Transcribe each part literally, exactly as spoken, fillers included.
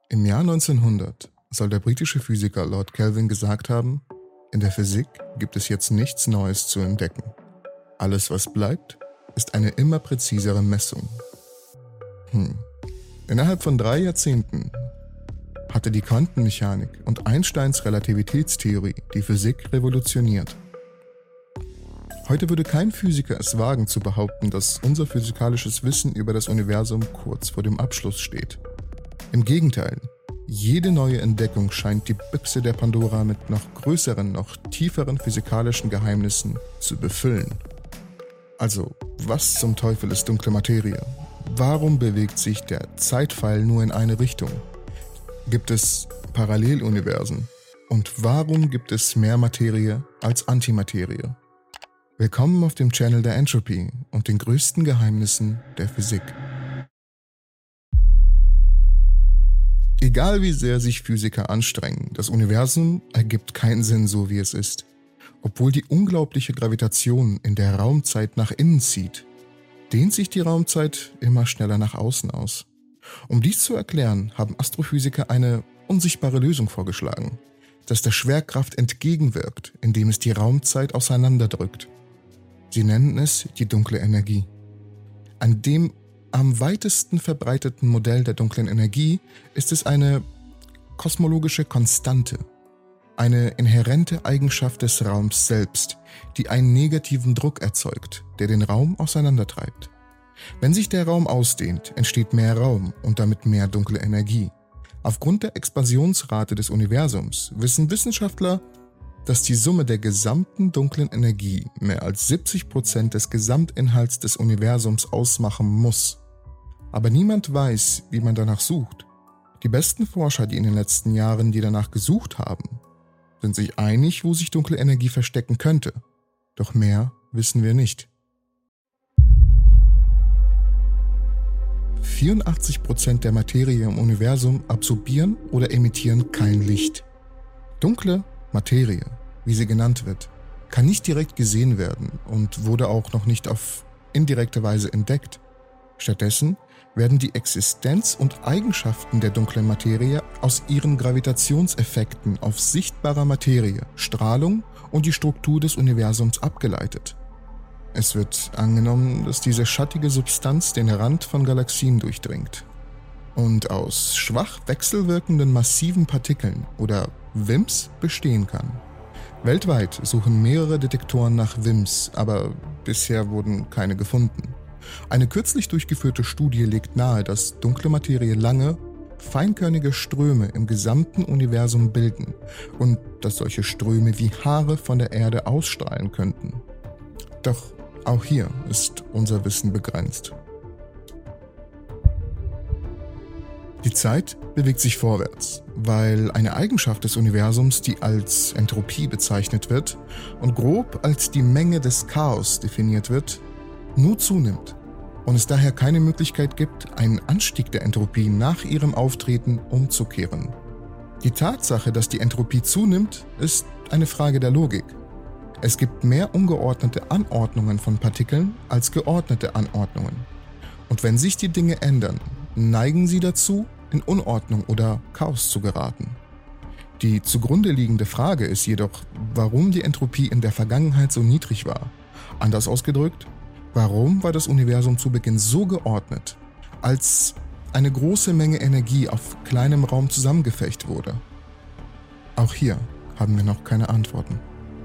Im Jahr neunzehnhundert soll der britische Physiker Lord Kelvin gesagt haben, in der Physik gibt es jetzt nichts Neues zu entdecken. Alles, was bleibt, ist eine immer präzisere Messung. Hm. Innerhalb von drei Jahrzehnten hatte die Quantenmechanik und Einsteins Relativitätstheorie die Physik revolutioniert. Heute würde kein Physiker es wagen zu behaupten, dass unser physikalisches Wissen über das Universum kurz vor dem Abschluss steht. Im Gegenteil, jede neue Entdeckung scheint die Büchse der Pandora mit noch größeren, noch tieferen physikalischen Geheimnissen zu befüllen. Also, was zum Teufel ist dunkle Materie? Warum bewegt sich der Zeitpfeil nur in eine Richtung? Gibt es Paralleluniversen? Und warum gibt es mehr Materie als Antimaterie? Willkommen auf dem Channel der Entropy und den größten Geheimnissen der Physik. Egal wie sehr sich Physiker anstrengen, das Universum ergibt keinen Sinn so wie es ist. Obwohl die unglaubliche Gravitation in der Raumzeit nach innen zieht, dehnt sich die Raumzeit immer schneller nach außen aus. Um dies zu erklären, haben Astrophysiker eine unsichtbare Lösung vorgeschlagen, das der Schwerkraft entgegenwirkt, indem es die Raumzeit auseinanderdrückt. Sie nennen es die dunkle Energie. An dem am weitesten verbreiteten Modell der dunklen Energie ist es eine kosmologische Konstante, eine inhärente Eigenschaft des Raums selbst, die einen negativen Druck erzeugt, der den Raum auseinandertreibt. Wenn sich der Raum ausdehnt, entsteht mehr Raum und damit mehr dunkle Energie. Aufgrund der Expansionsrate des Universums wissen Wissenschaftler, dass die Summe der gesamten dunklen Energie mehr als siebzig Prozent des Gesamtinhalts des Universums ausmachen muss. Aber niemand weiß, wie man danach sucht. Die besten Forscher, die in den letzten Jahren die danach gesucht haben, sind sich einig, wo sich dunkle Energie verstecken könnte. Doch mehr wissen wir nicht. vierundachtzig Prozent der Materie im Universum absorbieren oder emittieren kein Licht. Dunkle Materie, wie sie genannt wird, kann nicht direkt gesehen werden und wurde auch noch nicht auf indirekte Weise entdeckt. Stattdessen werden die Existenz und Eigenschaften der dunklen Materie aus ihren Gravitationseffekten auf sichtbarer Materie, Strahlung und die Struktur des Universums abgeleitet. Es wird angenommen, dass diese schattige Substanz den Rand von Galaxien durchdringt und aus schwach wechselwirkenden massiven Partikeln oder W I M Ps bestehen kann. Weltweit suchen mehrere Detektoren nach W I M Ps, aber bisher wurden keine gefunden. Eine kürzlich durchgeführte Studie legt nahe, dass dunkle Materie lange, feinkörnige Ströme im gesamten Universum bilden und dass solche Ströme wie Haare von der Erde ausstrahlen könnten. Doch auch hier ist unser Wissen begrenzt. Die Zeit bewegt sich vorwärts, weil eine Eigenschaft des Universums, die als Entropie bezeichnet wird und grob als die Menge des Chaos definiert wird, nur zunimmt und es daher keine Möglichkeit gibt, einen Anstieg der Entropie nach ihrem Auftreten umzukehren. Die Tatsache, dass die Entropie zunimmt, ist eine Frage der Logik. Es gibt mehr ungeordnete Anordnungen von Partikeln als geordnete Anordnungen. Und wenn sich die Dinge ändern, neigen sie dazu, in Unordnung oder Chaos zu geraten. Die zugrunde liegende Frage ist jedoch, warum die Entropie in der Vergangenheit so niedrig war. Anders ausgedrückt, warum war das Universum zu Beginn so geordnet, als eine große Menge Energie auf kleinem Raum zusammengefecht wurde? Auch hier haben wir noch keine Antworten.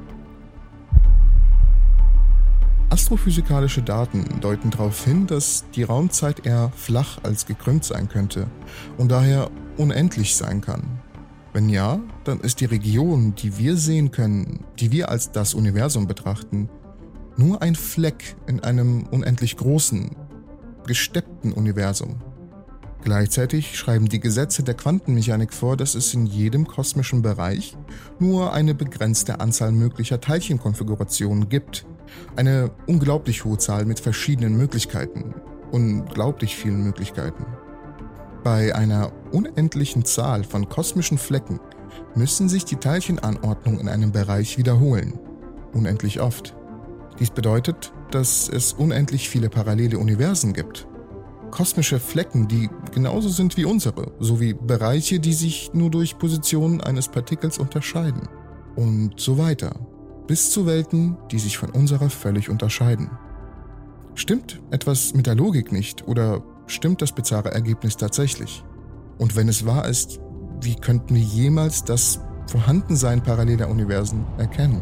Astrophysikalische Daten deuten darauf hin, dass die Raumzeit eher flach als gekrümmt sein könnte und daher unendlich sein kann. Wenn ja, dann ist die Region, die wir sehen können, die wir als das Universum betrachten, nur ein Fleck in einem unendlich großen, gesteppten Universum. Gleichzeitig schreiben die Gesetze der Quantenmechanik vor, dass es in jedem kosmischen Bereich nur eine begrenzte Anzahl möglicher Teilchenkonfigurationen gibt. Eine unglaublich hohe Zahl mit verschiedenen Möglichkeiten. Unglaublich vielen Möglichkeiten. Bei einer unendlichen Zahl von kosmischen Flecken müssen sich die Teilchenanordnungen in einem Bereich wiederholen. Unendlich oft. Dies bedeutet, dass es unendlich viele parallele Universen gibt. kosmische Flecken, die genauso sind wie unsere, sowie Bereiche, die sich nur durch Positionen eines Partikels unterscheiden. Und so weiter, bis zu Welten, die sich von unserer völlig unterscheiden. Stimmt etwas mit der Logik nicht oder stimmt das bizarre Ergebnis tatsächlich? Und wenn es wahr ist, wie könnten wir jemals das Vorhandensein paralleler Universen erkennen?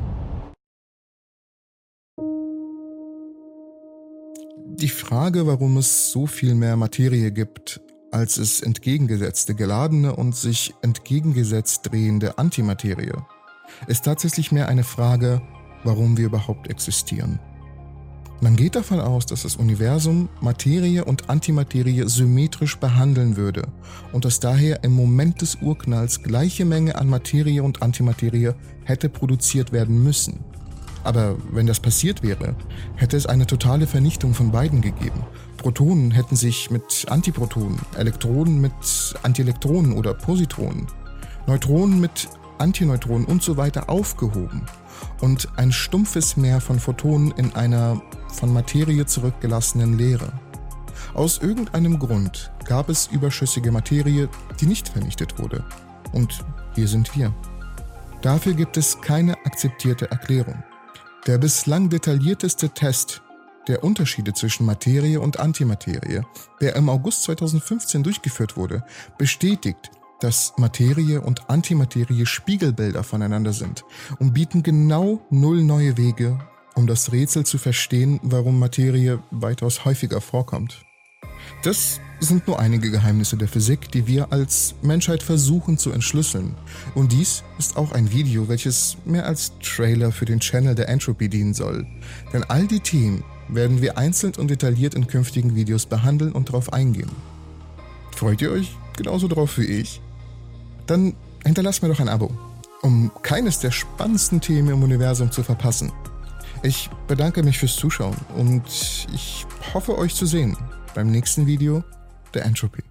Die Frage, warum es so viel mehr Materie gibt, als es entgegengesetzte geladene und sich entgegengesetzt drehende Antimaterie, ist tatsächlich mehr eine Frage, warum wir überhaupt existieren. Man geht davon aus, dass das Universum Materie und Antimaterie symmetrisch behandeln würde und dass daher im Moment des Urknalls gleiche Menge an Materie und Antimaterie hätte produziert werden müssen. Aber wenn das passiert wäre, hätte es eine totale Vernichtung von beiden gegeben. Protonen hätten sich mit Antiprotonen, Elektronen mit Antielektronen oder Positronen, Neutronen mit Antineutronen und so weiter aufgehoben und ein stumpfes Meer von Photonen in einer von Materie zurückgelassenen Leere. Aus irgendeinem Grund gab es überschüssige Materie, die nicht vernichtet wurde. Und hier sind wir. Dafür gibt es keine akzeptierte Erklärung. Der bislang detaillierteste Test der Unterschiede zwischen Materie und Antimaterie, der im August zweitausendfünfzehn durchgeführt wurde, bestätigt, dass Materie und Antimaterie Spiegelbilder voneinander sind und bieten genau null neue Wege, um das Rätsel zu verstehen, warum Materie weitaus häufiger vorkommt. Das sind nur einige Geheimnisse der Physik, die wir als Menschheit versuchen zu entschlüsseln. Und dies ist auch ein Video, welches mehr als Trailer für den Channel der Entropy dienen soll. Denn all die Themen werden wir einzeln und detailliert in künftigen Videos behandeln und darauf eingehen. Freut ihr euch genauso drauf wie ich? Dann hinterlasst mir doch ein Abo, um keines der spannendsten Themen im Universum zu verpassen. Ich bedanke mich fürs Zuschauen und ich hoffe, euch zu sehen beim nächsten Video der Entropy.